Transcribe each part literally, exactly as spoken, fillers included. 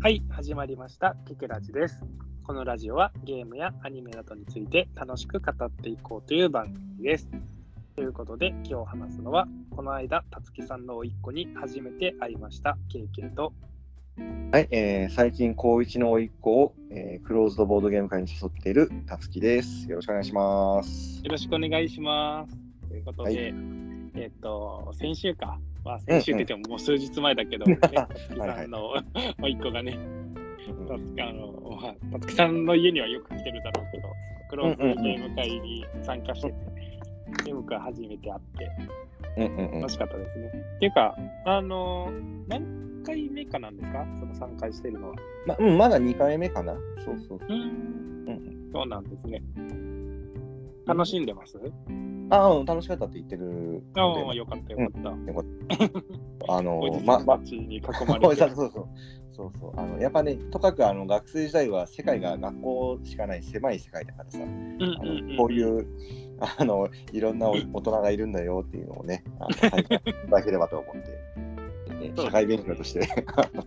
はい、始まりました。ケケラジです。このラジオはゲームやアニメなどについて楽しく語っていこうという番組です。ということで、今日話すのは、この間、たつきさんの甥っ子に初めて会いました、ケイケイと。 はい、えー、最近高いちの甥っ子を、えー、クローズドボードゲーム会に誘っているたつきです。よろしくお願いします。 よろしくお願いします。ということで、はい、えっと、先週か。まあ、先週って言ってももう数日前だけど、たつきさんの甥っ子がね、たつきあの、まあ、たつきさんの家にはよく来てるだろうけど、クローズドゲーム会に参加してて、ゲーム会初めて会って、 うんうんうん、 楽しかったですね。っていうか、あの、何回目かなんですか、その参加してるのは。 ま, うん、まだにかいめかな。そうそうそう。 うん、うん、そうなんですね。楽しんでます？ ああ、楽しかったって言ってるので。 ああ、よかったよかった。うん、よかった。 あのおじさんたちに囲まれて。 そうそうそうそうそう。あのやっぱね、とかくあの学生時代は世界が学校しかない狭い世界だからさ、 うんうんうんうん、 こういうあのいろんな大人がいるんだよっていうのをね、あの体験いただければと思って、ね、社会勉強として。い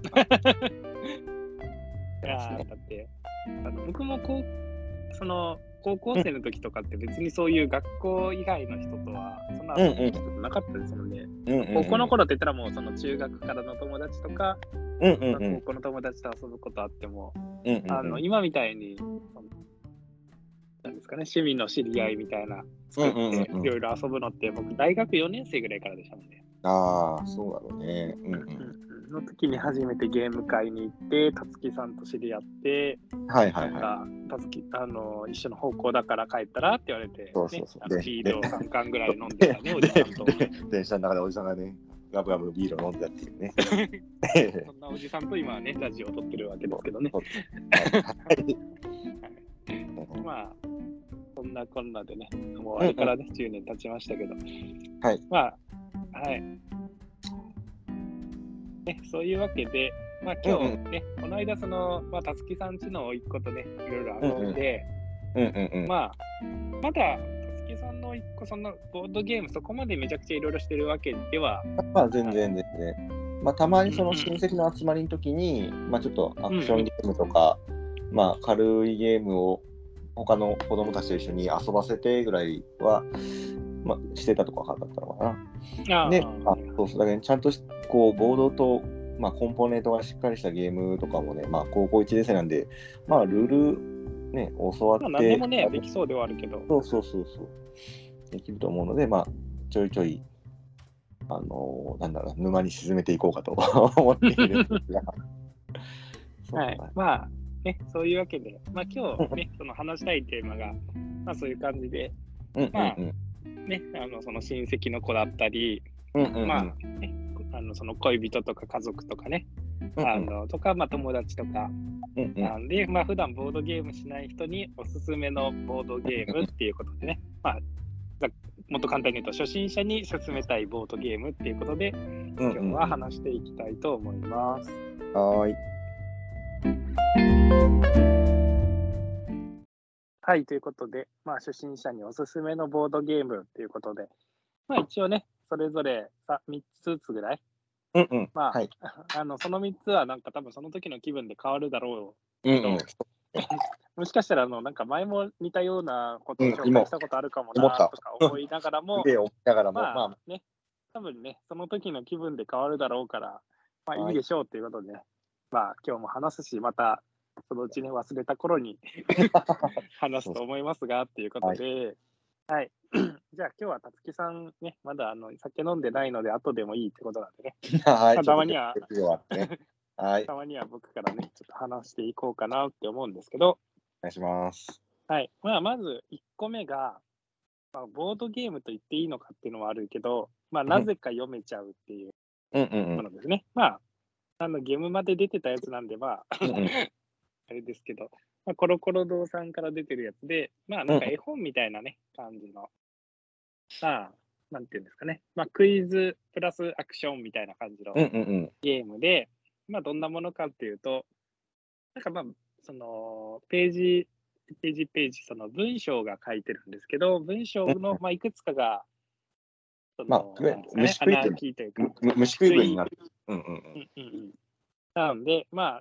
やだってあの僕もこうその高校生の時とかって別にそういう学校以外の人とはそんな遊ぶことなかったですもんね。うんうんうん、高校の頃って言ったらもうその中学からの友達とか、うんうんうん、高校の友達と遊ぶことあっても、うんうんうん、あの今みたいになんですかね、趣味の知り合いみたいな作っていろいろ遊ぶのって僕大学よねん生ぐらいからでしたもんね。 ああ、そうだろうね。 うんうんうん、の時に初めてゲーム会に行ってたつきさんと知り合って、 はいはいはい、 なんかたつきあの一緒の方向だから帰ったらって言われて、ね、 そうそうそう、 ね、ビールをさんかんぐらい飲んでたねおじさんと。 電車の中でおじさんがねガブガブビールを飲んでたっていうね。 そんなおじさんと今はねラジオを撮ってるわけですけどね。まあそんなこんなでね、もうあれからね、うんうん、じゅうねん経ちましたけど、 はい。 まあ、はい。ね、そういうわけで、まあ今日ね、うんうん、この間その、まあ、たつきさんちの甥っ子とね、いろいろ遊んで、うんうんうん、まあ、まだたつきさんの甥っ子、そのボードゲーム、そこまでめちゃくちゃいろいろしてるわけでは。 まあ、全然ですね。まあ、たまにその親戚の集まりの時に、うんうん、まあちょっとアクションゲームとか、うんうん、まあ軽いゲームを他の子供たちと一緒に遊ばせてぐらいは、まあ、してたとかだったのかな。あで、あそうそうだけどちゃんとこうボードと、まあ、コンポーネントがしっかりしたゲームとかもね、まあ、高校いちねん生なんで、まあ、ルール、ね、教わって。 まあ、何でもね、できそうではあるけど。 そうそうそうそう。できると思うので、まあ、ちょいちょい、あのー、なんだろう、沼に沈めていこうかと思っているんですが。 はい、まあ、ね、そういうわけで、まあ今日ね、その話したいテーマが、まあそういう感じで、 うんうんうん、 まあね、あのその親戚の子だったり、 うんうんうん、 まあね、あのその恋人とか家族とかね、うんうん、あのとか、まあ友達とか、うんうん、なんで、まあ普段ボードゲームしない人におすすめのボードゲームっていうことでね、まあもっと簡単に言うと初心者に勧めたいボードゲームっていうことで、今日は話していきたいと思います。 うんうん、はい。 はい、ということで、まあ、初心者におすすめのボードゲームということで、まあ、一応ね、それぞれさみっつずつぐらい、 うんうん、 まあ、 はい、 あのそのみっつはなんか多分その時の気分で変わるだろうけど、うんうん、 もしかしたらあのなんか前も似たようなことを紹介したことあるかもなとか思いながらも、 うん、思いながらも、 まあね、多分ね、その時の気分で変わるだろうから、まあいいでしょうということで、ね、まあ今日も話すし、またそのうちね忘れた頃に話すと思いますがっていうことで、はい、はい、じゃあ今日はたつきさんね、まだあの酒飲んでないので後でもいいってことなんでね、 はい、 たまには、 ね、はい、 たまには僕からねちょっと話していこうかなって思うんですけど、 お願いします。 はい、まあまずいっこめが、まあ、ボードゲームと言っていいのかっていうのはあるけど、まあなぜか読めちゃうっていうものですね。うんうんうん、まああのゲームまで出てたやつなんで、まあ、うんうん、あれですけど、まあ、コロコロ堂さんから出てるやつで、まあなんか絵本みたいなね、感じの、まあ、なんていうんですかね、まあクイズプラスアクションみたいな感じのゲームで、まあどんなものかっていうと、なんかまあ、そのページ、ページページ、その文章が書いてるんですけど、文章のまあいくつかが、その、まあ、なんですかね、アナーキーというか、 虫食い文になる。うんうんうん。 うんうんうん。なので、まあ、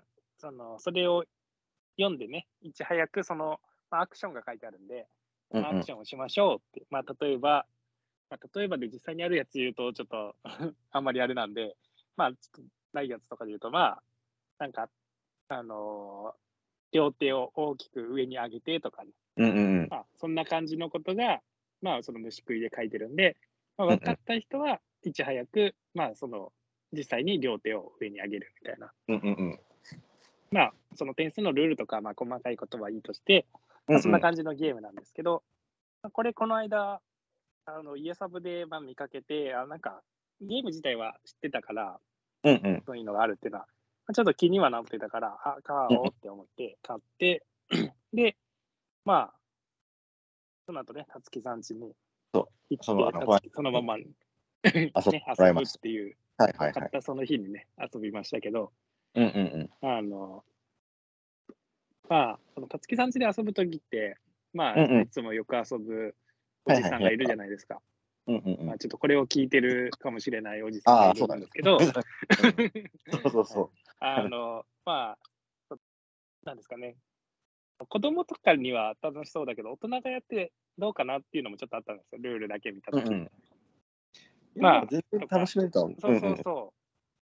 そのそれを読んでね、いち早くその、まあ、アクションが書いてあるんで、 うんうんアクションをしましょうって、まあ、例えば、まあ、例えばで実際にあるやつ言うと、ちょっとあんまりあれなんで、まあ、ちょっとないやつとかで言うと、まあ、なんか、あのー両手を大きく上に上げてとかね、 うんうんうんまあ、そんな感じのことが、まあ、その虫食いで書いてるんで、まあ、 うん分かった人はいち早く、まあ、その、実際に両手を上に上げるみたいな。 うんうんうんまあ、その点数のルールとか、まあ、細かいことはいいとして、まあ、そんなうんうん感じのゲームなんですけど、まあこれ、この間、あの家サブでまあ見かけて、あなんか、ゲーム自体は知ってたから、 うんうんそういうのがあるっていうのは、まあちょっと気にはなってたから、あ、買うんおうって思って買って、で、まあ、その後ね、たつきさん家にそう、その、 行って、 あの、 たつきホワイトにそのままね、 遊んでもら遊ぶっいました。 ていう、 はいはいはい。 買ったその日にね、遊びましたけど、 うんうんあの、まあ、そのたつきさん家で遊ぶときって、まあ、 うんうんうん。 いつもよく遊ぶおはいはいはい。 じさんがいるじゃないですか。 うんうんうん。 まあ、ちょっとこれを聞いてるかもしれないおじさんがああ、 いるそうだね。 んですけど、 うんそうそうはい、 そう。 あの、まあ、そなんですかね、子供とかには楽しそうだけど、大人がやってどうかなっていうのもちょっとあったんですよ、ルールだけ見たときに。 うんうん。いや、 まあ、 全然とか、 楽しめるとは思う。 そううんうん。 そうそう。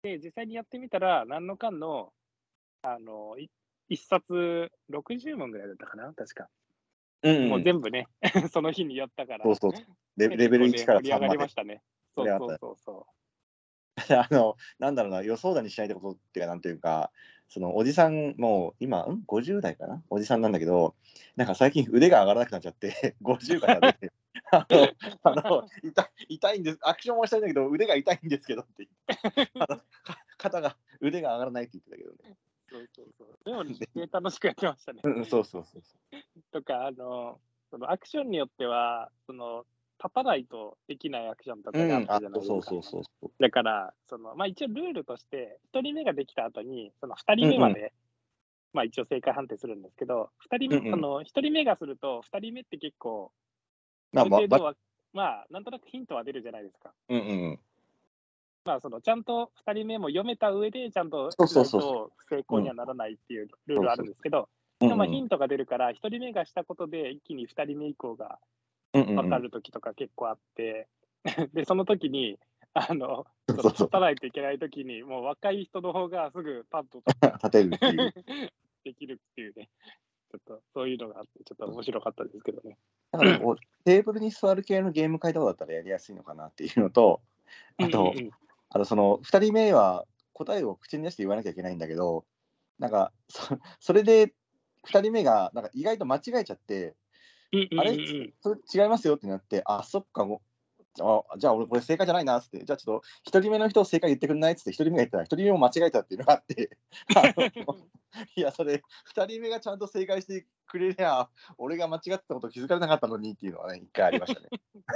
で、実際にやってみたら、何のかんの、あの、い一冊ろくじゅう問ぐらいだったかな、確か。もううんうん。 全部ね、その日にやったから、 そうそうそう。レレベルいち結構ね、 から盛り上がさんまで。 りましたね。そうそうそれあった。 そうそあの、なんだろうな、予想だにしないってことっていうか、なんていうか、そのおじさん、もう今、ん ?ごじゅう 代かなおじさんなんだけど、なんか最近腕が上がらなくなっちゃって、ごじゅうから出て、あの、あの痛い痛いんです、アクションはしたいんだけど、腕が痛いんですけどって言って、あのか肩が、腕が上がらないって言ってたけどね。 そうそうそう。でも、ね、楽しくやってましたね。 うん、そうそうそうそとか、あの、そのアクションによっては、その、立たないとできないアクションとう。うん、 かがあったあ、 じゃないですか。 そうそうそうそう。 だから、その、まあ、一応ルールとして、ひとりめができた後に、そのふたりうんうん。 めまで、まあ、一応正解判定するんですけど、ふたりめ、 うんうん。 その、ひとりめがすると、ふたりめって結構、あまあ、ま、ばる程度は、まあ、なんとなくヒントは出るじゃないですか。 うんうんうん。 まあ、その、ちゃんとふたりめも読めた上で、ちゃんとしないそうそうそうそと成う。うん。 功にはならないっていうルールあるそうそう。 んですけど、でも、ま、 うんうん。 ヒントが出るから、ひとりめがしたことで、一気にふたりめ以降がうんうんうん。 分かる時とか結構あって、で、その時に、あの、その、 そうそうそう。 立たないといけない時に、もう若い人の方がすぐパッと立って立てるっていう。 できるっていうね、ちょっとそういうのがあって、ちょっと面白かったですけどね。 だからこう、テーブルに座る系のゲーム会とかだったらやりやすいのかなっていうのと、 うんうんあと、 うん。 あとそのふたりめは答えを口に出して言わなきゃいけないんだけど、なんか、そそれでふたりめがなんか意外と間違えちゃって、 うんうんあれ、 うんうん。 それ違いますよってなって、あ、そっか、もう、あ、じゃあ俺これ正解じゃないなっつって、じゃあちょっとひとりめの人正解言ってくんないっつってひとりめが言ったらひとりめも間違えたっていうのがあって、あの、いやそれふたりめがちゃんと正解してくれりゃ、俺が間違ってたこと気づかれなかったのにっていうのはね、一回ありましたね。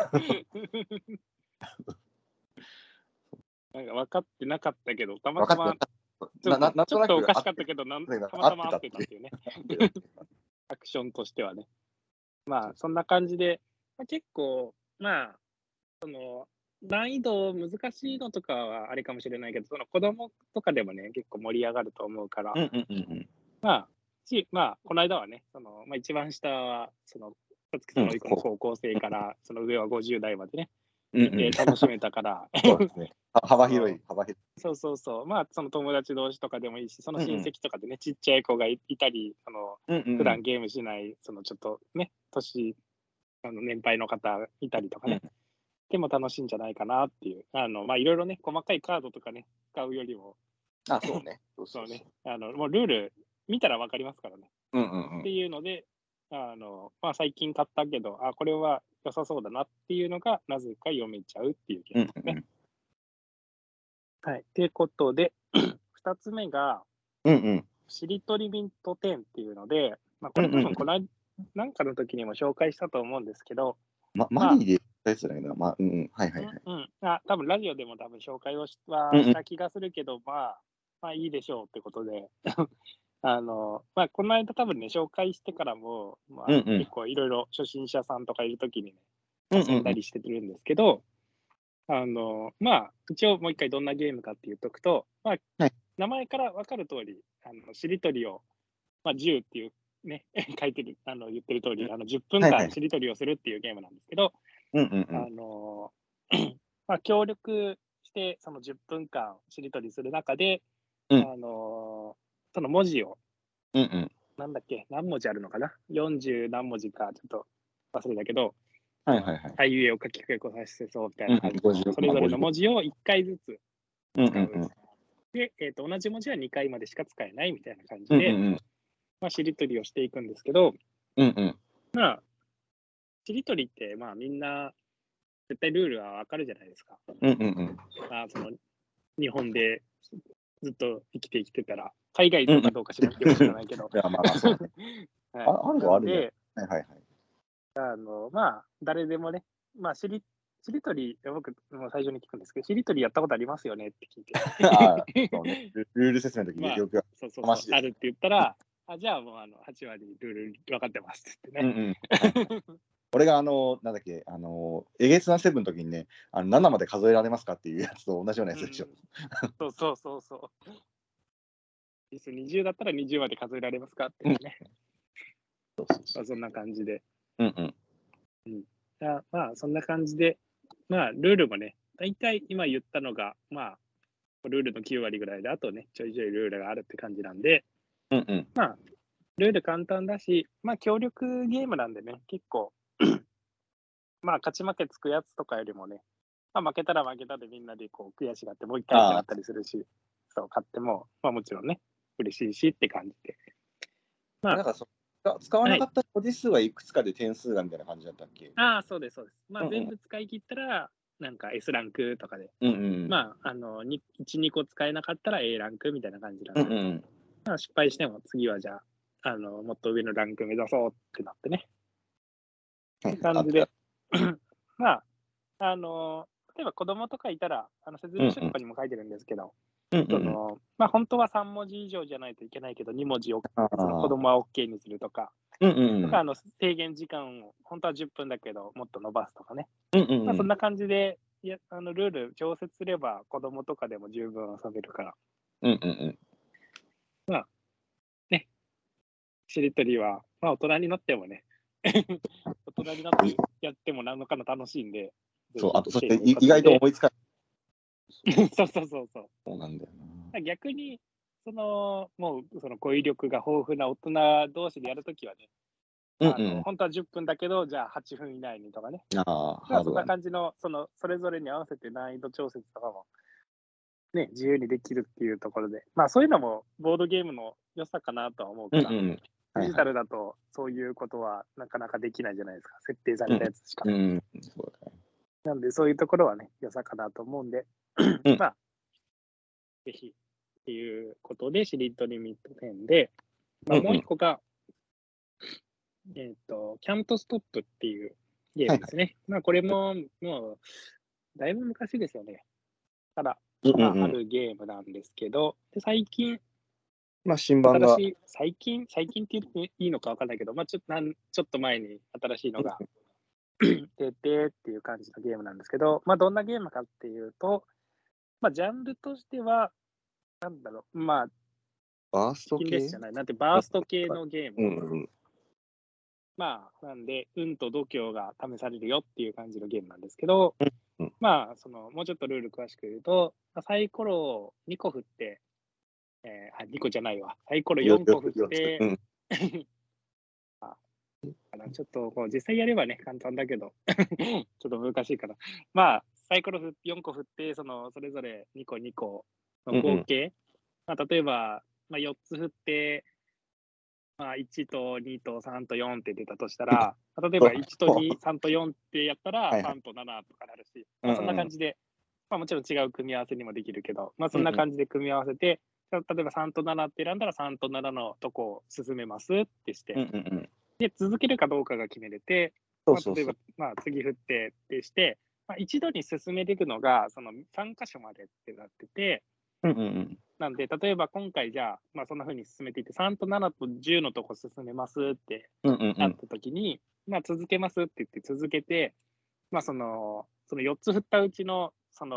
なんか分かってなかったけど、たまたま分かってなかった。ななちょっとなんとなちょっとおかしく合ってかったけど、なんたま合ったま合ってたっていう。 てたっていうね。 合ってたっていう。 アクションとしてはね。まあ、 そうそんな感じで、ま、結構、まあ、その、難易度難しいのとかはあれかもしれないけど、その子供とかでもね、結構盛り上がると思うから、 うんうんうんうん。 まあ、し、まあ、この間はね、その、ま、一番下は、その、さつきうん、 さんのいっこのこ高校生から、その上はごじゅう代までね、 う。うんいうん。 て楽しめたから、 そうですね。は幅広そう。 い、幅広い。 そうそうそう。まあ、その友達同士とかでもいいし、その親うんうん。 戚とかでね、ちっちゃい子がいいたり、その、 うんうんうん。 普段ゲームしない、そのちょっとね、年、あの、年配の方いたりとかね、 うん。 でも楽しいんじゃないかなっていう。あの、まあ、いろいろね、細かいカードとかね、使うよりも、 あ、そうね。そうそうね、 そうそう。 あの、もうルール見たら分かりますからね。 うんうんうん。 っていうので、あの、まあ、最近買ったけど、あ、これは良さそうだなっていうのが、なぜか読めちゃうっていうゲームですね。 うんうんうん。 はい。っていうことで、ふたつめが、 うんうん。 しりとりミントテンっていうので、まあ、これうんうんうん。 多分この間なんかの時にも紹介したと思うんですけど、 まマまリーでやったやつだけど、ま、うんうん。はいはあ、 いはい。 うんうん、あ、多分ラジオでも多分紹介をしうんうん。 はした気がするけど、まあ、まあいいでしょうってことで、あの、まあ、この間多分ね、紹介してからも、まあ、 うんうん。 結構いろいろ初心者さんとかいる時にね、 うんうんうん。 遊んだりしてるんですけど、あの、まあ、一応もう一回どんなゲームかって言っとくと、まあ、 はい。 名前から分かる通り、あのしりとりを、まあ、じゅうっていうね、書いてる、あの言ってる通り、あのじゅっぷんかんしりとりをするっていうゲームなんですけど、 うんうんうん。 あのまあ、協力して、そのじゅっぷんかんしりとりする中で、 うんあのその文字を、 うんうん。 なんだっけ、何文字あるのかな ?よんじゅう 何文字か、ちょっと忘れたけど、 はいはいはい。 あいうえを書きかけこさせそうみたいうんうん。 な感じの、 ごじゅうそれぞれのまあ文字をいっかいずつうんう使う。 んうん。 で、えーと、同じ文字はにかいまでしか使えないみたいな感じで、 うんうんうん。 まあ、しりとりをしていくんですけど、 うんうん。 まあ、しりとりって、まあ、みんな、絶対ルールはわかるじゃないですか。 うんうんうん。 まあ、その日本でずっと生きて生きてたら、海外うんうん。 とかどうか知らよく知らないけど、 いや、まあまあ、そうね。 はい、 ああるなんはあるじゃん。 で、 はいはいはい。 あのまあ、誰でもね、まあ、しりしりとり、僕、もう最初に聞くんですけど、しりとりやったことありますよねって聞いああ、 て。 そうね。ルルール説明の時まあ、 よくそうそうそう、 話です。 あるって言ったら、あじゃあもうあのはち割ルール分かってますって言ってね。 うんうん。はいはい。俺があの、なんだっけ、あの、えげつなセブンの時にね、あのななまで数えられますかっていうやつと同じようなやつでしょ。 うん、そうそうそうそう。にじゅうだったらにじゅうまで数えられますかって言ってね。 そうそうそう。 まあ、そんな感じで。 うんうん。 うん、あまあ、そんな感じで、まあ、ルールもね、大体今言ったのが、まあ、ルールのきゅう割ぐらいで、あとね、ちょいちょいルールがあるって感じなんで、 うんうん。 まあ、ルール簡単だし、まあ、協力ゲームなんでね、結構、まあ、勝ち負けつくやつとかよりもね、まあ、負けたら負けたでみんなでこう悔しがってもう一回ってああ、 なったりするし、そう、勝っても、まあもちろんね、嬉しいしって感じで。まあ、 なんかそ使使わはい。 なかった文字数はいくつかで点数がみたいな感じだったっけ？ ああ、そうです、そうです。まあ、 うんうん。 全部使い切ったら、なんか S ランクとかで、 うんうん。 まあ、あの、いち、にこ使えなかったら A ランクみたいな感じなんで、 うんうん。 まあ、失敗しても次はじゃあ、あの、もっと上のランク目指そうってなってね、 はいはい。あった。 感じで、まあ、あの、例えば子供とかいたら、あの説明書とうんうん。 かにも書いてるんですけど、 うんうんうん。 その、まあ、本当はさん文字以上じゃないといけないけど、に文字を、 あその子あ。 供は OK にするとか、 うんうんうん。 とか、あの、制限時間を、本当はじゅっぷんだけど、もっと伸ばすとかね。 うんうんまあ、 うん。 そんな感じで、いや、あの、ルール調節すれば、子供とかでも十分遊べるから、 うんうんうん。 まあ、ね、しりとりは、まあ、大人になってもね、大人になってやっても何のかの楽しいんで、ぜそう、 ひあと、そしてっていうい意外とことで、 思いつかない。 そうそうそうそう。 そうなんだよな。 逆に、その、もう、その語彙力が豊富な大人同士でやるときはね、あの、 うんうん。 本当はじゅっぷんだけど、じゃあはっぷん以内にとかね。 ああ、 まあ、そんなハードだね。 感じの、その、それぞれに合わせて難易度調節とかもね、自由にできるっていうところで、まあそういうのもボードゲームの良さかなとは思うから、 うんうん。はいはい。 デジタルだとそういうことはなかなかできないじゃないですか。設定されうんたやつしか。 うん。うん、そうだね。 なんでそういうところはね、良さかなと思うんで、 うん。 まあ、ぜひっていうことで、シリットリミットテンで、まあもううんうん。 一個が、えっ、と、キャントストップっていうゲーはいはい。 ムですね。まあこれももう、だいぶ昔ですよね。ただ、まああうんうんうん。 るゲームなんですけど、で最近、 まあ、新版が。 新しい、最近、最近って言っていいのか分かんないけど、まあ、ちょっとなん、ちょっと前に新しいのが出てっていう感じのゲームなんですけど、まあ、どんなゲームかっていうと、まあ、ジャンルとしては、なんだろう、まあ、 バースト系？ チキンレースじゃない、なんてバースト系のゲーム。 うんうん。 まあ、なんで、運と度胸が試されるよっていう感じのゲームなんですけど、 うん。 まあ、その、もうちょっとルール詳しく言うと、まあサイコロをにこ振って、えー、あ、にこじゃないわ。サイコロよよんこ振っよつ。 て、 うん。 ちょっとこう実際やればね、簡単だけど、ちょっと難しいから。まあ、サイコロよんこ振って、そのそれぞれにこにこのうんうん。 合計、まあ、例えば、まあ、よっつ振って、まあ、いちとにとさんとよんって出たとしたら、例えばいちとに、さんとよんってやったらはいはい。 さんとななとかなるし、まあ、そんなうんうん。 感じで、まあ、もちろん違う組み合わせにもできるけど、まあ、そんなうんうん。 感じで組み合わせて、例えばさんとななって選んだらさんとななのとこを進めますってしうんて、 うんうん。 で、続けるかどうかが決めれて、まあ、例えば、 そうそうそう。 まあ、次振ってってして、まあ、一度に進めれるのが、そのさん箇所までってなってて、 うんうんうん。 なんで、例えば今回じゃあ、まあ、そんな風に進めていって、さんとななとじゅうのとこ進めますってうんうんうん。 なった時に、まあ、続けますって言って続けて、まあ、その、そのよっつ振ったうちの、その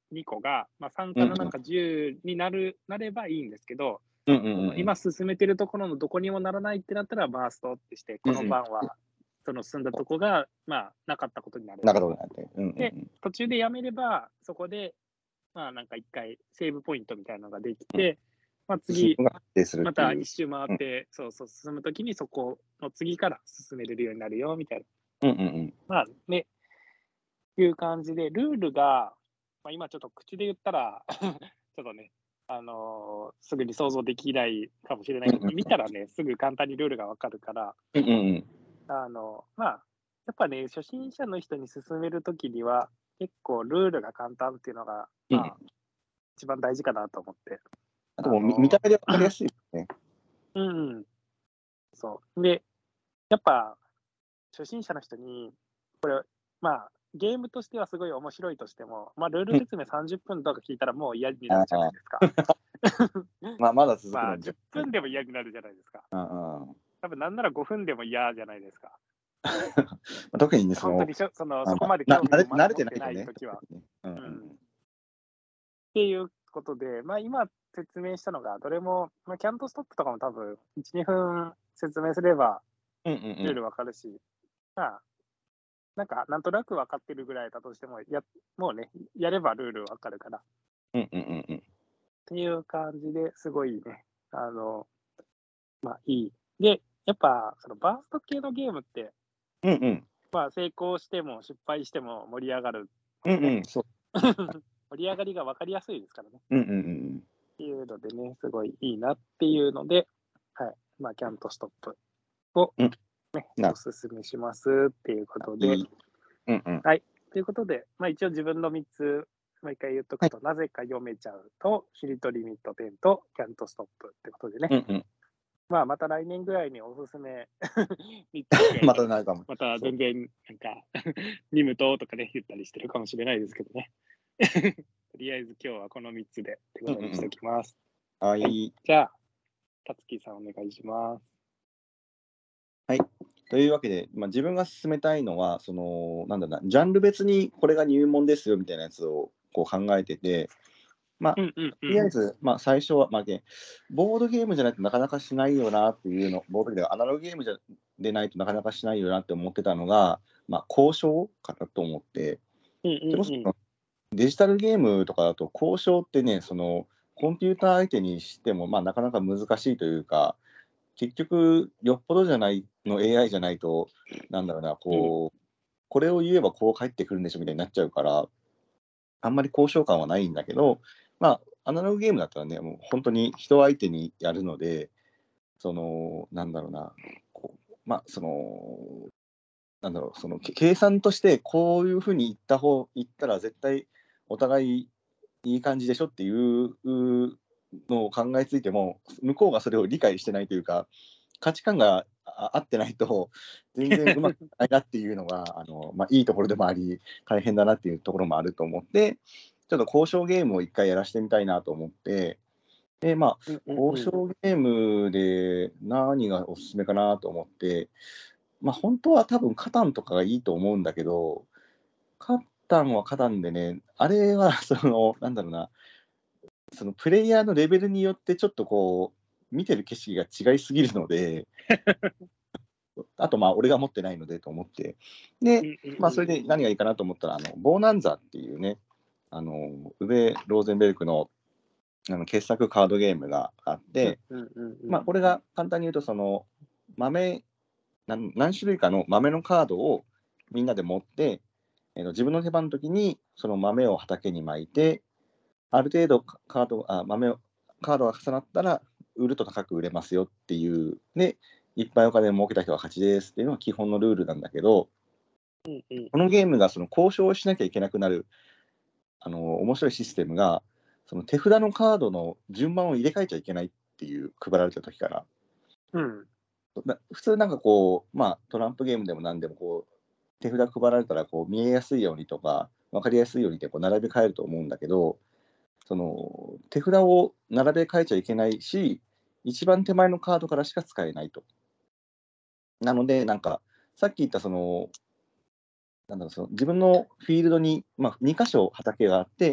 にこが、まあ、さんからなんかじゅうになる、なればいいんですけど、 うんうんうんうん、 今進めてるところのどこにもならないってなったら、バーストってして、この番はその進んだとこが、まあ、なかったことになる。 なかったことになって。うんうんうん、 で、途中でやめれば、そこで、まあなんか一回セーブポイントみたいなのができて、まあ次、また一周回って、そうそう進むときにそこの次から進めれるようになるよ、みたいな。うんうんうん。 な。まあね、いう感じで、ルールが、まあ、今ちょっと口で言ったらちょっとね、あのーすぐに想像できないかもしれないけど、 うんうん、 見たらね、すぐ簡単にルールがわかるから、 うんうんうん、 あの、まあ、やっぱね、初心者の人に勧めるときには、結構ルールが簡単っていうのが、まあ、一番大事かなと思って。 あともう見見た目で分かりやすいですね。 うんうん。そう。で、やっぱ、初心者の人に、これ、まあ、ゲームとしてはすごい面白いとしても、まあ、ルール説明さんじゅっぷんとか聞いたらもう嫌になるじゃないですか。 まあ、まだ続くまあ、 のに。 じゅっぷんでも嫌になるじゃないですか。 うんうん、 多分なんならごふんでも嫌じゃないですか。 特にね、その、 本当にしょそのあそこまでな興味もま慣れ慣れだ持っててないとね。 ないときは。 うんうんうん。っていうことで、まあ、今説明したのが、どれも、まあ、キャントストップとかも多分、いち、にふん説明すれば、 うんうんうん、 ルールわかるし、まあ、なんか、なんとなく分かってるぐらいだとしても、やもうね、やればルールわかるから。 うんうんうんうん、 っていう感じですごいね、あの、まあ、いい。で、やっぱ、そのバースト系のゲームって、 うんうん、 まあ、成功しても失敗しても盛り上がるのでね。 うんうん、そう。 盛り上がりが分かりやすいですからね。 うんうんうん、 っていうのでね、すごいいいなっていうので、はい。まあ、キャントストップをうん、 ね、 なおすすめしますっていうことで、 いい。うんうん。 はい。ということで、まあ、一応自分のみっつ、もう一回言っとくと、なぜか読めちゃうと、シリトリミットテンとキャントストップってことでね、 うんうん。 まあ、また来年ぐらいにおすすめみっつ増えまたら、 たないかも。 また全然、なんか、ニムととかね、言ったりしてるかもしれないですけどね。とりあえず今日はこのみっつでってことにしておきます。 ははい。 い。 じゃあ、たつきさんお願いします。 はい。というわけで、まあ、自分が進めたいのは、その、なんだろうな、ジャンル別にこれが入門ですよみたいなやつをこう考えてて、まあ、 うんうんとうん。 りあえず、まあ、最初は、まあ、ねボードゲームじゃないとなかなかしないよなっていうの、ボードゲーム、アナログゲームじゃでないとなかなかしないよなって思ってたのが、まあ、交渉かなと思って、 うんうんうん。 デジタルゲームとかだと交渉ってね、そのコンピューター相手にしても、まあ、なかなか難しいというか、結局、よっぽどじゃないの エーアイ じゃないと、なんだろうな、こう、これを言えばこう返ってくるんでしょみたいになっちゃうから、あんまり交渉感はないんだけど、まあ、アナログゲームだったらね、もう本当に人相手にやるので、その、なんだろうな、こうまあ、その、なんだろう、そのけ計算としてこういうふうに言った方言ったら絶対お互いいい感じでしょっていうのを考えついても、向こうがそれを理解してないというか、価値観があ合ってないと全然うまくないなっていうのがあの、まあ、いいところでもあり、大変だなっていうところもあると思って、ちょっと交渉ゲームを一回やらせてみたいなと思って、で、まあ、 うんうんうん。 交渉ゲームで何がおすすめかなと思って、まあ、本当は多分カタンとかがいいと思うんだけど、カタンはカタンでね、あれはその、なんだろうな、そのプレイヤーのレベルによってちょっとこう、見てる景色が違いすぎるので、あとまあ、俺が持ってないのでと思って、で、まあ、それで何がいいかなと思ったら、あの、ボーナンザっていうね、あの、ウベ・ローゼンベルクのあの傑作カードゲームがあって、まあ、これが簡単に言うと、その、豆、何何種類かの豆のカードをみんなで持って、えーと自分の手番の時にその豆を畑に巻いて、ある程度カードあ豆をカードが重なったら売ると高く売れますよっていう、で、いっぱいお金を儲けた人が勝ちですっていうのが基本のルールなんだけど、 うんうん。 このゲームがその交渉をしなきゃいけなくなるあの面白いシステムが、その手札のカードの順番を入れ替えちゃいけないっていう配られた時から。 うん。 な普通なんかこう、まあ、トランプゲームでも何でもこう手札配られたらこう見えやすいようにとか分かりやすいようにってこう並べ替えると思うんだけど、その手札を並べ替えちゃいけないし、一番手前のカードからしか使えないと。なので、なんかさっき言ったそのなんだろうその自分のフィールドに、まあ、に箇所畑があって、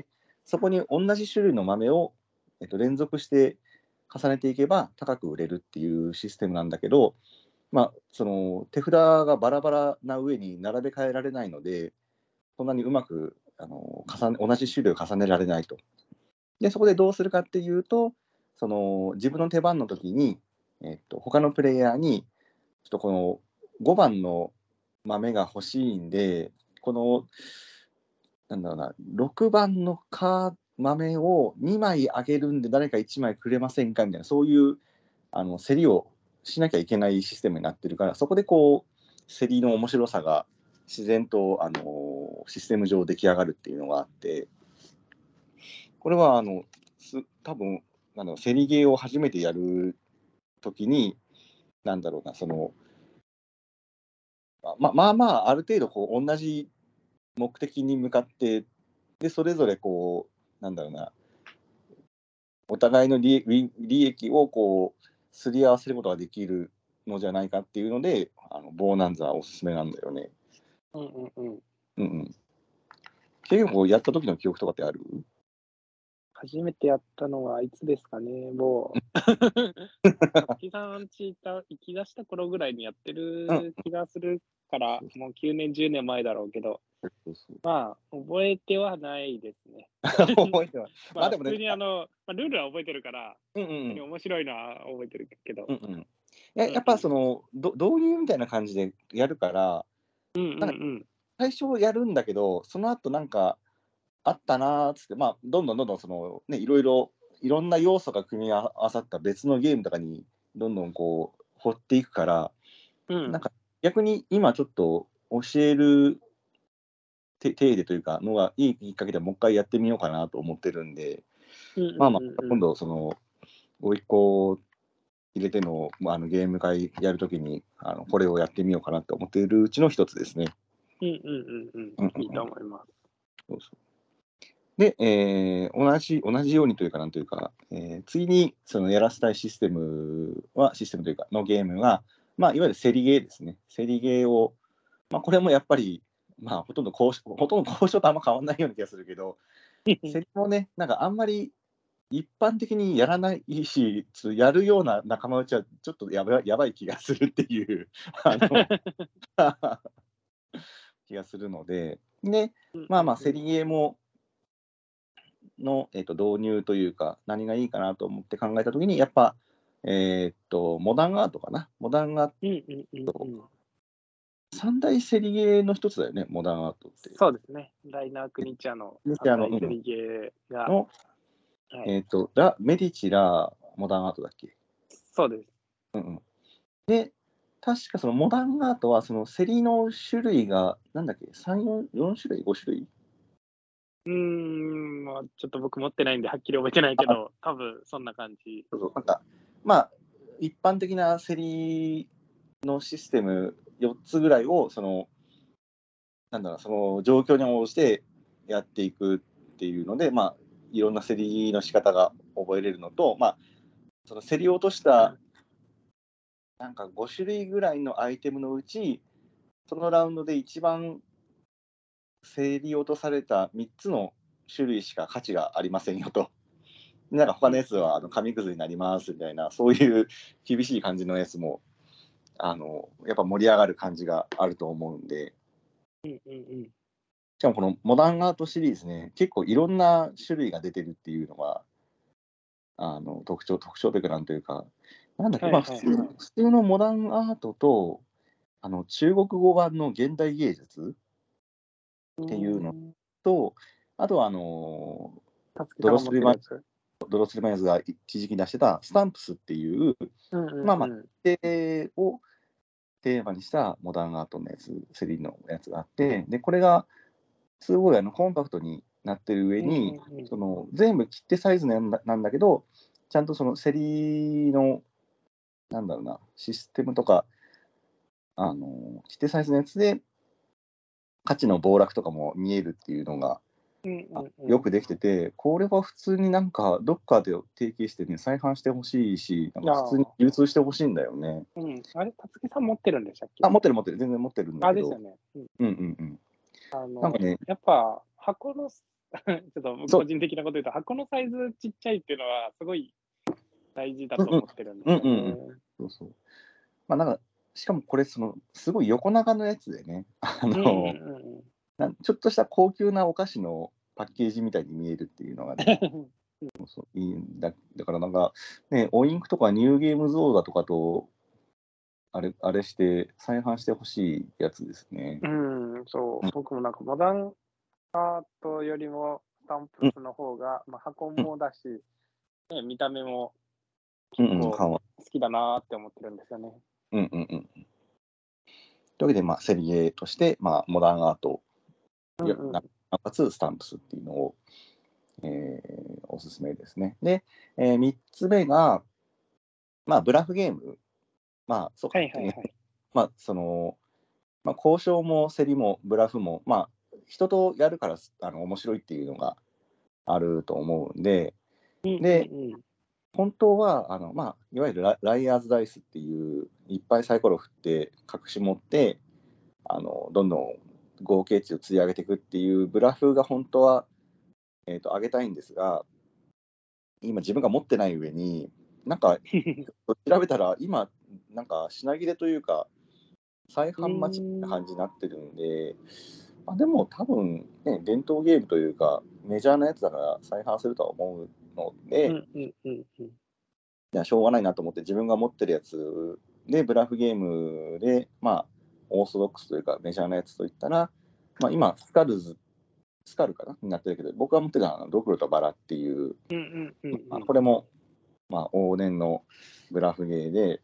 そこに同じ種類の豆を、えっと、連続して重ねていけば高く売れるっていうシステムなんだけど、まあ、その手札がバラバラな上に並べ替えられないので、そんなにうまくあの重ね同じ種類を重ねられないと。で、そこでどうするかっていうと、その自分の手番の時に、えっと、他のプレイヤーに、ちょっとこのごばんの豆が欲しいんで、この、なんだろうな、ろくばんのカー豆をにまいあげるんで、誰かいちまいくれませんかみたいな、そういうあの競りをしなきゃいけないシステムになってるから、そこでこう、競りの面白さが自然と、あのシステム上出来上がるっていうのがあって、これはあのす多分あの競りゲーを初めてやるときに、なんだろうな、そのままあまあ、ある程度こう同じ目的に向かって、でそれぞれこう、なんだろうな、お互いの利利利益をこうすり合わせることができるのじゃないかっていうので、あのボーナンザはおすすめなんだよね。 うんうんうん。 うんうん。結構やった時の記憶とかってある？ 初めてやったのはいつですかね、もう。さつきさんち行き出した頃ぐらいにやってうん。 る気がするから、もうきゅうねん、じゅうねんまえだろうけど、 そうそうまあ、覚えてはないですね。 覚えてます。まあでもね、 まあ普通にあの、まあ、ルールは覚えてるから、 うんうんうん。 普通に面白いのは覚えてるけど。 うんうん。ややっぱうんうん。 その、ど導入みたいな感じでやるから、 うんうんなんかうん。 最初やるんだけど、その後なんかあったなーっつって、まあ、どんどんどんどんその、ね、いろいろ、いろんな要素が組み合わさった別のゲームとかにどんどんこう掘っていくから、 うん。 なんか逆に今ちょっと教えるて体でというかのがいいきっかけでもう一回やってみようかなと思ってるんで、 うんうんまあまあ、今うんうん。 度その、甥っ子を入れての、まあ、あのゲーム会やるときにあのこれをやってみようかなと思っているうちの一つですね。 うんうんうんうん。 うんうんいいと思います。 そうそうで、えー同じ、同じようにというか、なんというか、えー次にそのやらせたいシステムは、システムというか、のゲームが、まあ、いわゆる競りゲーですね。競りゲーを、まあ、これもやっぱり、まあ、ほとんど交渉、ほとんど交渉とあんま変わらないような気がするけど、競りもね、なんかあんまり一般的にやらないし、ちょっとやるような仲間内はちょっとやばいやばい気がするっていう、あの気がするので、で、まあまあ、競りゲーも、の、えー、と導入というか、何がいいかなと思って考えたときに、やっぱ、えーっと、モダンアートかな。モダンアーうんうんうんト、 うん。 三大セリゲーの一つだよね、モダンアートって。 そうですね。ライナー・クニチャのメディチ三アの、うん、 大セリゲーが、 の、 はい、 えーっと、ラ、メディチラ、モダンアートだっけ。 そうです。 うんうん。で、確かそのモダンアートは、その競りの種類が、なんだっけ、さん、よん、よん種類、ご種類うーん、まあ、ちょっと僕持ってないんではっきり覚えてないけあ、 ど、多分そんな感じ。 そうそう、なんか、まあ、一般的な競りのシステムよっつぐらいを、その、なんだろう、その状況に応じてやっていくっていうので、まあ、いろんな競りの仕方が覚えれるのと、まあ、その競り落としたなんかご種類ぐらいのアイテムのうち、そのラウンドで一番競り落とされたみっつの種類しか価値がありませんよと。なんか他のやつはあの紙くずになりますみたいな、そういう厳しい感じのやつも、あのやっぱ盛り上がる感じがあると思うんで、 うんうんうん。 しかもこのモダンアートシリーズね、結構いろんな種類が出てるっていうのが、あの特徴、特徴というか、なんというか、なんだっけ、まあ普通、 はいはいはい。 普通のモダンアートと、あの中国語版の現代芸術うっていうのーん。 と、あとはあのたつきさんがドロスルマン、 持ってるやつ。 ドロスルマンヤズが一時期出してたスタンプスっていう、 うんうんまあまあ、 うん。 でをテーマにしたモダンアートのやつ、スリーのやつがあって、で、これがすごいあのコンパクトになってる上うんうんに、 うん。 その全部切手サイズなんだなんだけど、ちゃんとその競りの、なんだろうな、システムとか、あの、切手サイズのやつで、価値の暴落とかも見えるっていうのが、 うんうんうん。 よくできてて、これは普通になんか、どっかで提携してね、再販してほしいし、なんか普通にああ、 流通してほしいんだよね。 うん。あれ、たつきさん持ってるんでしたっけ？ あ、持ってる持ってる、全然持ってるんだあ、 けど、 ですよね。うん。 うんうんうん。 あの、 なんかね、 やっぱ箱の、 ちょっと個人的なこと言うと、箱のサイズちっちゃいっていうのは、すごい大事だと思ってるんですよね。 うんうんうん。そうそう。まあなんか、しかもこれ、その、すごい横長のやつでね、あの、うんうんうんうん、ちょっとした高級なお菓子のパッケージみたいに見えるっていうのがね、そうそういいんだ。だからなんか、ね、オインクとかニューゲームズオーダーとかと、あれ、あれして再販してほしいやつですね。 うん、そう、僕もなんかモダンアートよりもスタンプスの方が、うん、まあ、箱もだし、ね、見た目も結構好きだなって思ってるんですよね。 うんうんうん。というわけで、まあ、セリエとして、まあ、モダンアート、うんうん、なおかつスタンプスっていうのを、えー、おすすめですね。で、えー、みっつめが、まあ、ブラフゲーム。まあ、そうか、はいはいはい、まあ、その、まあ、交渉も競りもブラフも、まあ、人とやるからあの面白いっていうのがあると思うんで、で、うんうんうん、本当はあの、まあ、いわゆるラ、ライアーズダイスっていういっぱいサイコロ振って隠し持ってあのどんどん合計値を釣り上げていくっていうブラフが本当は、えーと、上げたいんですが、今自分が持ってない上になんか調べたら今なんか品切れというか再販待ちって感じになってるんで、まあ、でも多分ね伝統ゲームというかメジャーなやつだから再販するとは思うので、うんうんうんうん、いやしょうがないなと思って自分が持ってるやつでブラフゲームでまあオーソドックスというかメジャーなやつといったら、まあ、今スカルズスカルかなになってるけど、僕が持ってたのはドクロとバラっていう、うんうんうんうん、まあ、これもまあ往年のブラフゲーで、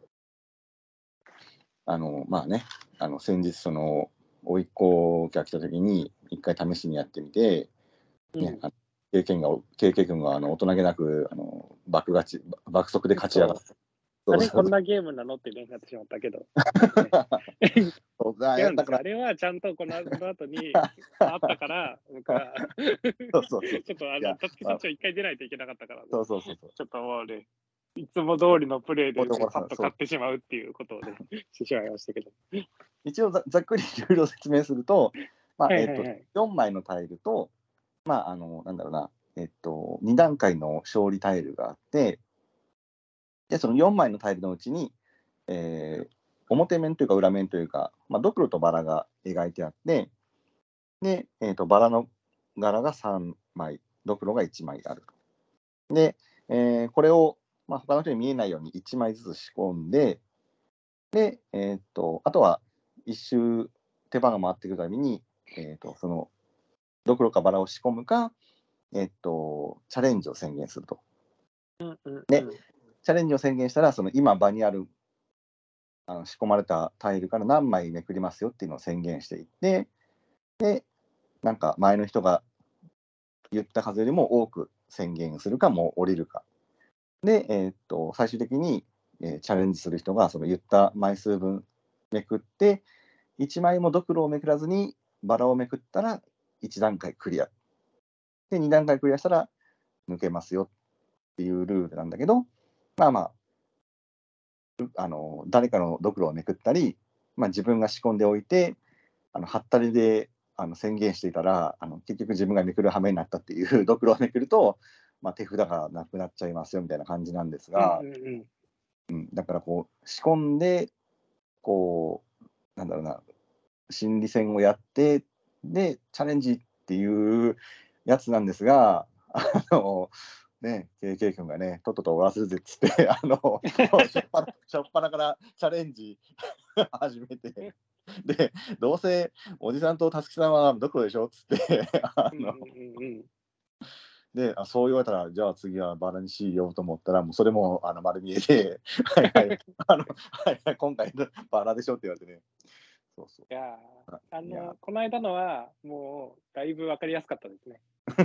あのまあねあの先日その甥っ子が来た時に一回試しにやってみて、ね、うん、経験が経験君があの大人げなくあの爆勝ち爆速で勝ち上がって。 あれこんなゲームなのって連なってしまったけど。そうだ違うんですよ。あれはちゃんとこの後にあったから、僕はそうそうそうちょっとあの、たつき社長一回出ないといけなかったから、ね、そうそうそうそうちょっともうね、いつも通りのプレイでパッと買ってしまうっていうことをね、してしまいましたけど。 一応ざ、ざっくりいろいろ説明すると、まあ、えっと、よんまいのタイルと、まあ、あの、なんだろうな、えっと、に段階の勝利タイルがあって、で、そのよんまいのタイルのうちに、えー、表面というか裏面というか、まあ、ドクロとバラが描いてあって、で、えーと、バラの柄がさんまい、ドクロがいちまいある。で、えー、これを、まあ、他の人に見えないようにいちまいずつ仕込んで、で、えーと、あとは一周手番が回っていくたびに、えーと、そのドクロかバラを仕込むか、えーと、チャレンジを宣言すると。うんうんうん、で、チャレンジを宣言したら、その今場にあるあの仕込まれたタイルから何枚めくりますよっていうのを宣言していって、で、なんか前の人が言った数よりも多く宣言するか、もう降りるか。で、えー、っと最終的に、えー、チャレンジする人がその言った枚数分めくって、いちまいもドクロをめくらずにバラをめくったらいち段階クリア。で、に段階クリアしたら抜けますよっていうルールなんだけど、まあまあ、あの誰かのドクロをめくったり、まあ、自分が仕込んでおいて、あのはったりであの宣言していたら、あの結局自分がめくる羽目になったっていうドクロをめくると、まあ、手札がなくなっちゃいますよみたいな感じなんですが、うんうんうんうん、だからこう仕込んでこうなんだろうな心理戦をやってでチャレンジっていうやつなんですが、あのね、ケーケー 君がね、とっとと終わらせるぜっつって、あの、しょっぱな、しょっぱなからチャレンジ始めて、で、どうせおじさんとたつきさんはどこでしょっつって、あの、うんうんうん、であ、そう言われたら、じゃあ次はバラにしようと思ったら、もうそれもあの丸見えで、はいはい、あのはいはい、今回バラでしょって言われてね。そうそう。 いやあのこの間のはもうだいぶ分かりやすかったですね。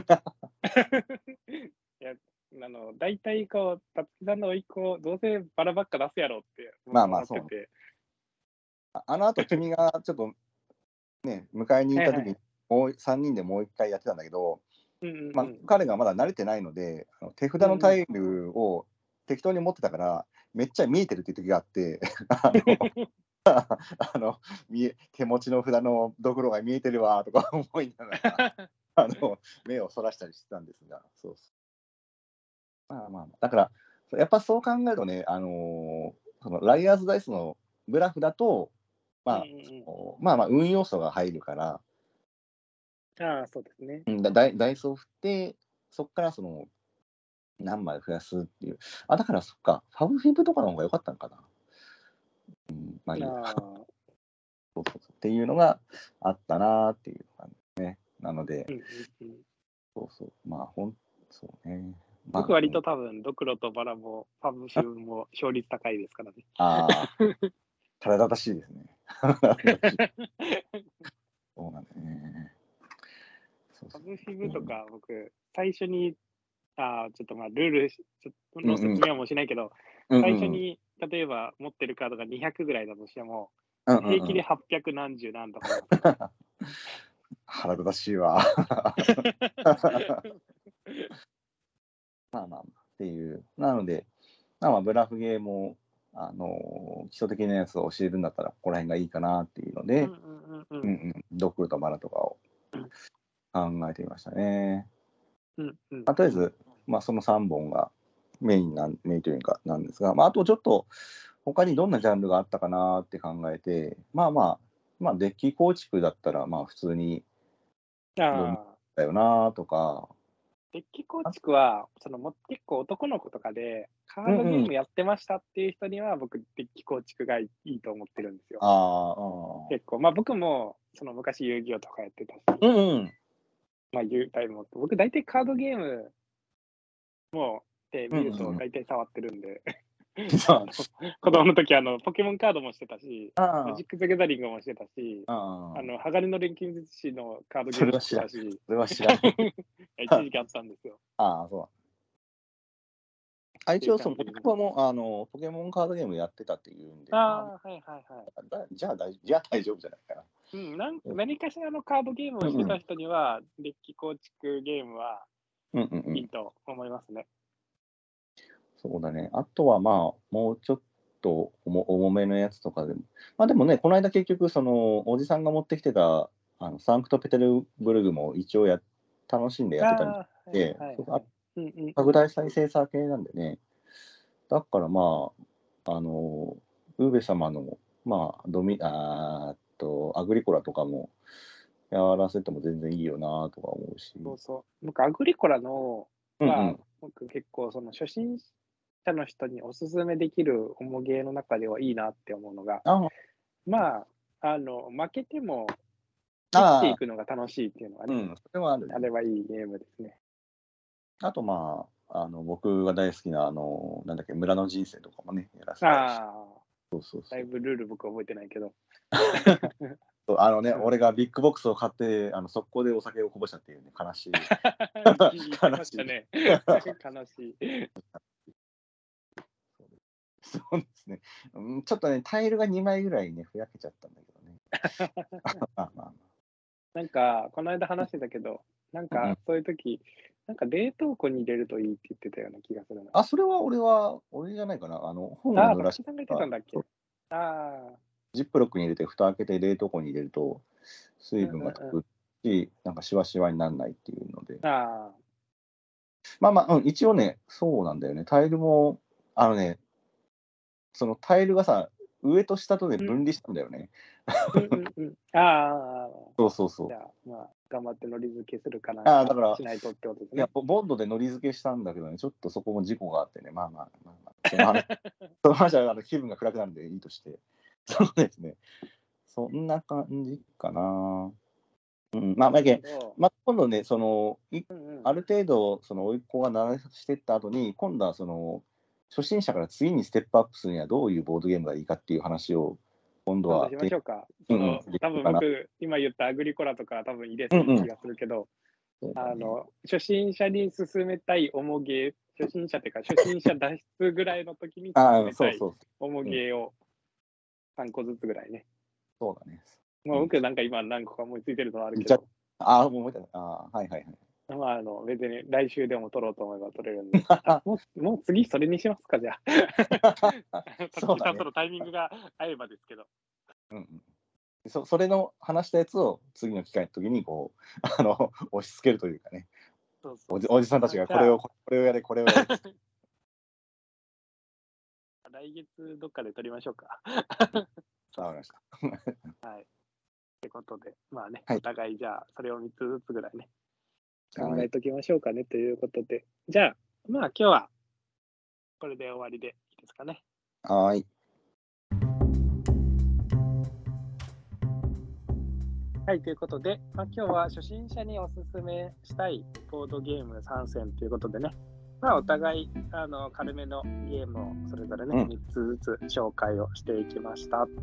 いやあの大体こうたつきさんの甥っ子どうせバラばっか出すやろって思ってて、まあまあそう、ね、 あ, あの後君がちょっとね迎えに行った時にもうさんにんでもう一回やってたんだけど、うんうんうん、まあ、彼がまだ慣れてないのであの手札のタイルを適当に持ってたから、めっちゃ見えてるっていう時があってあのあの手持ちの札のドクロが見えてるわとか思いながらあの目をそらしたりしてたんですが、そうそう。まあまあ、だから、やっぱそう考えるとね、あのーそのライアーズダイスのブラフだと、まあ、 うんうんうん、 そのまあまあ、運要素が入るから、 ああ、そうですね。 うん、だダイダイスを振って、そこからその何枚増やすっていう。あ、だからそっか、ファブフィブとかの方が良かったのかな。うん、まあいいや。 ああ、 そうそうそうっていうのがあったなーっていう感じね。なので、 うんうんうん。 そうそう、まあ、ほん、そうね。ま僕割あ、うん、 と多分、ドクロとバラも、ファブフィブも勝率高いですからね。 ああ、体立たしいですね。そうなんだよね。そうそファブフィう。うん、 ブとか、僕、最初に、ああ、ちょっとまあ、ルールちょっとうん、うん、 の説明はもうしないけど、 うん、うん、 最初に、例えば持ってるカードがにひゃくぐらいだとしても、 うん、うん。 平気ではっぴゃく何十何とかいますから。 腹立たしいわ。まあまあ、っていう。なので、まあまあ、ブラフゲーも、あのー基礎的なやつを教えるんだったら、ここら辺がいいかなっていうので、 うんうんうんうん。 うんうん、ドックルとバラとかを考えてみましたね。 うんうんまあ、とりあえず、まあ、そのさんぼんがメインなん、メインというかなんですが、まあ、あとちょっと、他にどんなジャンルがあったかなって考えて、まあまあ、まあ、デッキ構築だったら、まあ、普通にドミああ、 だよなとか、 デッキ構あ、 築は、そのも結構男の子とかで、カードゲうんうん、 ームやってましたっていう人には、僕、デッキ構築がいいと思ってるんですよ。 ああ、 結構、まあ僕も、その昔遊戯王とかやってたし、 うんうん、 まあ言うタイムも、僕大体カードゲームもで見るとうんうん、 大体触ってるんで、 そう、 あの、子供の時あの、ポケモンカードもしてたし、マあジック・ザ・ギャザリングもしてたし、 あ、ああ、 あの、鋼の錬金術師のカードゲームもしそれは知らん。 てたし、 それは知らん。 一時期あったんですよ。 ああ、そう。あ、 っていう一応、その、 感じでね。 男も、あの、ポケモンカードゲームやってたっていうんで、まあ、 ああ、はいはいはい。 だじゃあ大、じゃあ大丈夫じゃないかな。 うん、なんうん何かしらのカードゲームうんうん。 をしてた人には、デッキ構築ゲームはうんうんうん。 いいと思いますね。 そうだね。あとはまあ、もうちょっと重重めのやつとかでも。まあでもね、この間結局、その、おじさんが持ってきてた、あの、サンクトペテルブルグも一応や、楽しんでやってたみたいああ、はいで、そうあはいはい。うんうんうん。 拡大再生産系なんでね。だからまあ、あの、ウーベ様の、まあ、ドミ、あーっと、アグリコラとかもやらせても全然いいよなとか思うし。 そうそう。僕、アグリコラのは、 うんうん。 僕結構その初心者の人におすすめできる重ゲーの中ではいいなって思うのが、 あまあ、あの、負けても生きていあ、 くのが楽しいっていうのがね、 うん、それはあるあね。 れはいいゲームですね。 あとまあ、あの、僕が大好きな、あの、なんだっけ、村の人生とかもね、やらせたいし。 ああ、 そうそうそう。 だいぶルール僕覚えてないけど。 そうあのね、 うん。 俺がビッグボックスを買って、あの速攻でお酒をこぼしたっていうね、悲しい。 言ってま悲しい。 したね。悲しい。 そうですね。うん、ちょっとね、タイルがにまいぐらいね、ふやけちゃったんだけどね。まあまあまなんか、この間話してたけど、なんあ。うんうん。 かそういう時、なんか冷凍庫に入れるといいって言ってたような気がするな。 あ、それは俺は、俺じゃないかな。あの、本をああ、 濡らしたつきさんが言ってたた、 んだっけ？ そうああ、 ジップロックに入れて、蓋開けて冷凍庫に入れると、水うんうんうん。 分が飛ぶし、なんかシワシワにならないっていうので。 ああ、 まあまあ、うん、一応ね、そうなんだよね。タイルも、あのね、そのタイルがさ、上と下とでうん、 分離したんだよね。 うんうんうん。ああ、 そうそうそう。 じゃあ、まあ、頑張ってのり付けするかなんああ、 かだから、 しないとってことですいや、 ね。 ボボンドでのり付けしたんだけどね、ちょっとそこも事故があってね、まあまあ、まあまあ、その話、その話はあの気分が暗くなるんでいいとして。そうですね。そんな感じかな。うん、まあ、 なるほだけど。 まあ、今度ね、その、いうんうん。 ある程度、その、甥っ子が慣らしてった後に、今度はその、初心者から次にステップアップするにはどういうボードゲームがいいかっていう話を、今度は、 今度しまてしょうか。 うんうん、 その、多できるかな。 分僕、今言ったアグリコラとか多分入れうんうん。 ていい気がするけど、 そうだね。 あの、初心者に勧めたい重ゲー、初心者っていうか、初心者脱出ぐらいの時に勧ああ、 めたいそうそう重そう。うん、 ゲーをさんこずつぐらいね。 そうだね。 まあ、 うん。 僕なんか今何個か思いついてるのはあるけじゃど、 ああ、もう思い出した。ああ、はいはいはい。 まあ、あの、別に来週でも撮ろうと思えば撮れるんで。あ、もう、もう次それにしますか、じゃあ。たつそうだね。 きさんとのタイミングが合えばですけど。 うんうん。 そそれの話したやつを次の機会の時にこうあの押し付けるというかね。 そうそうおじおじさんたちがこれをこれをやれこれをやれ。 来月どっかで撮りましょうか。 わかりました。 はい。ってことで、まあね、 はい、 お互いじゃあそれをみっつずつぐらいね、 はい、 考えときましょうかねということで、じゃあ、まあ今日はこれで終わりでいいですかね。 はい。 はい、ということで、まあ、今日は初心者におすすめしたいボードゲームさん選ということでね、まあ、お互いあの軽めのゲームをそれぞれね、うん、みっつずつ紹介をしていきました。 はい、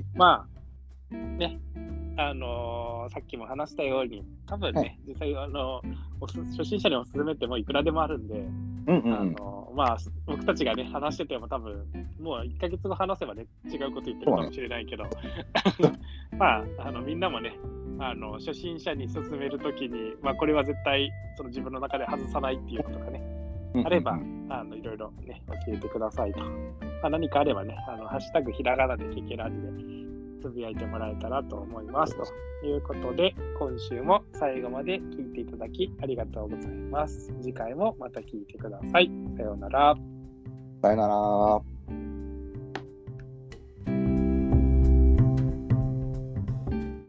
まあ、ね、あのー、さっきも話したように、多分ね、はい、実際、あのおす初心者におすすめってもういくらでもあるんで、うんうんうん、あのまあ、僕たちがね、話してても多分、もういっかげつご話せばね、違うこと言ってるかもしれないけど、まあ、あのみんなもね、あの初心者に進めるときに、まあ、これは絶対その自分の中で外さないっていうことがね、うんうんうん、あれば、あのいろいろね、教えてくださいと。まあ、何かあればね、あのハッシュタグひらがなでケケラジでつぶやいてもらえたらと思いますということで、今週も最後まで聞いていただきありがとうございます。次回もまた聞いてください。さようなら。 さようなら。